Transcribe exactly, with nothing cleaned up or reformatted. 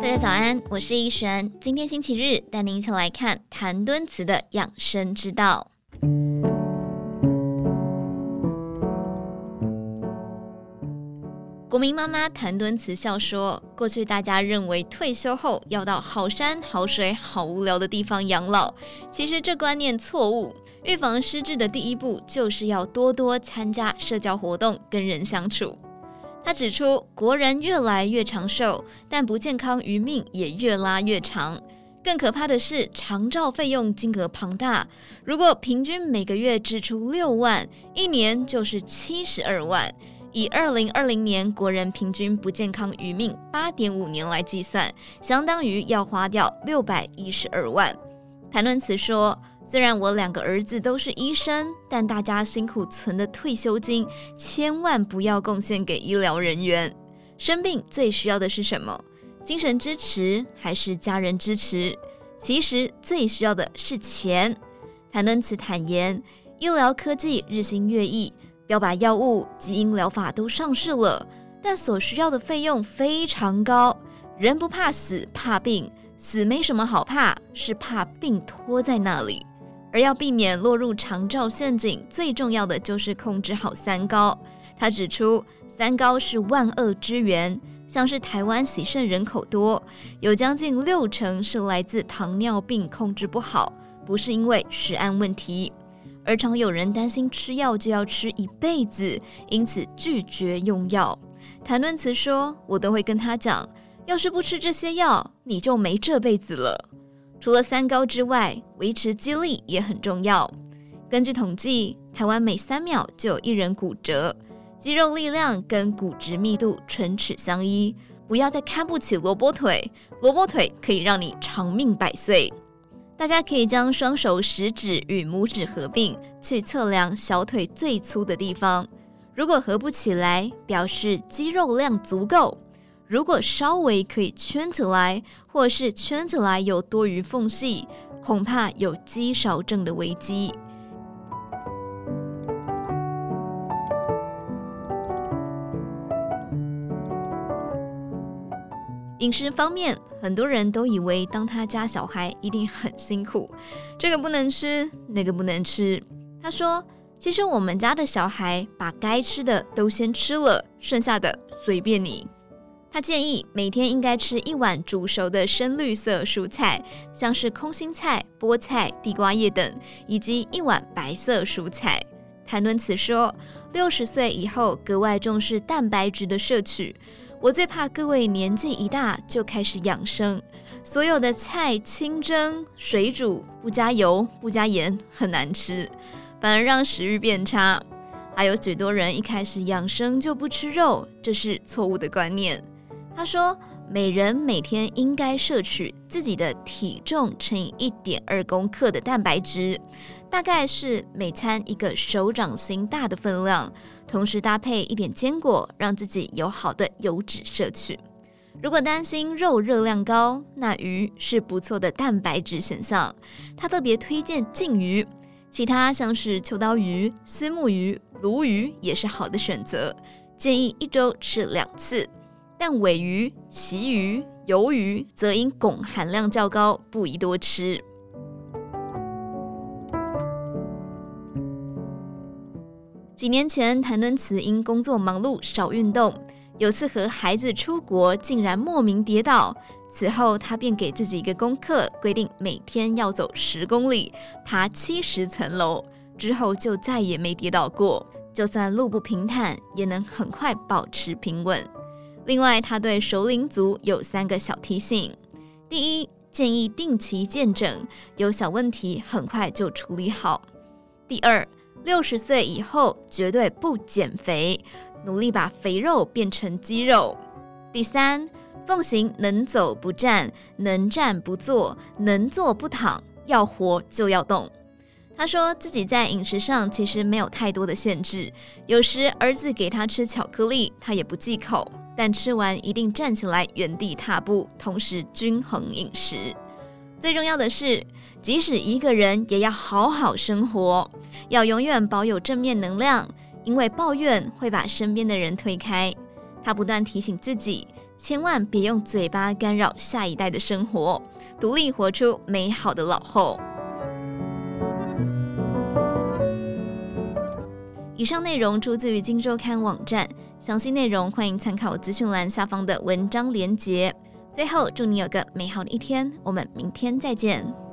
大家早安，我是依璇。今天星期日，带您一起来看谭敦慈的养生之道。国民妈妈谭敦慈笑说，过去大家认为退休后要到好山好水好无聊的地方养老，其实这观念错误。预防失智的第一步就是要多多参加社交活动，跟人相处。他指出，国人越来越长寿，但不健康余命也越拉越长。更可怕的是，长照费用金额庞大，如果平均每个月支出六万，一年就是七十二万。以二零二零年国人平均不健康余命 八点五 年来计算，相当于要花掉六百一十二万。谭敦慈说，虽然我两个儿子都是医生，但大家辛苦存的退休金千万不要贡献给医疗人员。生病最需要的是什么？精神支持还是家人支持？其实最需要的是钱。谭敦慈坦言，医疗科技日新月异，标靶药物、基因疗法都上市了，但所需要的费用非常高。人不怕死，怕病。死没什么好怕，是怕病拖在那里。而要避免落入长照陷阱，最重要的就是控制好三高。他指出，三高是万恶之源，像是台湾洗肾人口多，有将近六成是来自糖尿病控制不好，不是因为食安问题。而常有人担心吃药就要吃一辈子，因此拒绝用药。谭敦慈说，我都会跟他讲，要是不吃这些药，你就没这辈子了。除了三高之外，维持肌力也很重要。根据统计，台湾每三秒就有一人骨折，肌肉力量跟骨质密度唇齿相依。不要再看不起萝卜腿，萝卜腿可以让你长命百岁。大家可以将双手食指与拇指合并，去测量小腿最粗的地方。如果合不起来，表示肌肉量足够。如果稍微可以圈起来，或是圈起来有多余缝隙，恐怕有肌少症的危机。饮食方面，很多人都以为当他家小孩一定很辛苦，这个不能吃，那个不能吃。他说，其实我们家的小孩把该吃的都先吃了，剩下的随便你。他建议每天应该吃一碗煮熟的深绿色蔬菜，像是空心菜、菠菜、地瓜叶等，以及一碗白色蔬菜。谭敦慈说，六十岁以后格外重视蛋白质的摄取。我最怕各位年纪一大就开始养生，所有的菜清蒸、水煮，不加油、不加盐，很难吃，反而让食欲变差。还有许多人一开始养生就不吃肉，这是错误的观念。他说，每人每天应该摄取自己的体重乘以 一点二公克的蛋白质，大概是每餐一个手掌心大的分量，同时搭配一点坚果，让自己有好的油脂摄取。如果担心肉热量高，那鱼是不错的蛋白质选项。他特别推荐鲭鱼，其他像是秋刀鱼、丝木鱼、鲈鱼也是好的选择，建议一周吃两次。但鲔鱼、旗鱼、鱿鱼则因汞含量较高，不宜多吃。几年前，谭敦慈因工作忙碌少运动，有次和孩子出国，竟然莫名跌倒。此后，他便给自己一个功课，规定每天要走十公里，爬七十层楼。之后就再也没跌倒过，就算路不平坦，也能很快保持平稳。另外，他对熟龄族有三个小提醒：第一，建议定期健诊，有小问题很快就处理好；第二，六十岁以后绝对不减肥，努力把肥肉变成肌肉；第三，奉行能走不站，能站不坐，能坐不躺，要活就要动。他说自己在饮食上其实没有太多的限制，有时儿子给他吃巧克力，他也不忌口，但吃完一定站起来原地踏步，同时均衡饮食。最重要的是，即使一个人也要好好生活，要永远保有正面能量，因为抱怨会把身边的人推开。他不断提醒自己， 千万别用嘴巴干扰下一代的生活，独立活出美好的老后。以上内容出自于今周刊网站，详细内容欢迎参考资讯栏下方的文章连结。最后，祝你有个美好的一天，我们明天再见。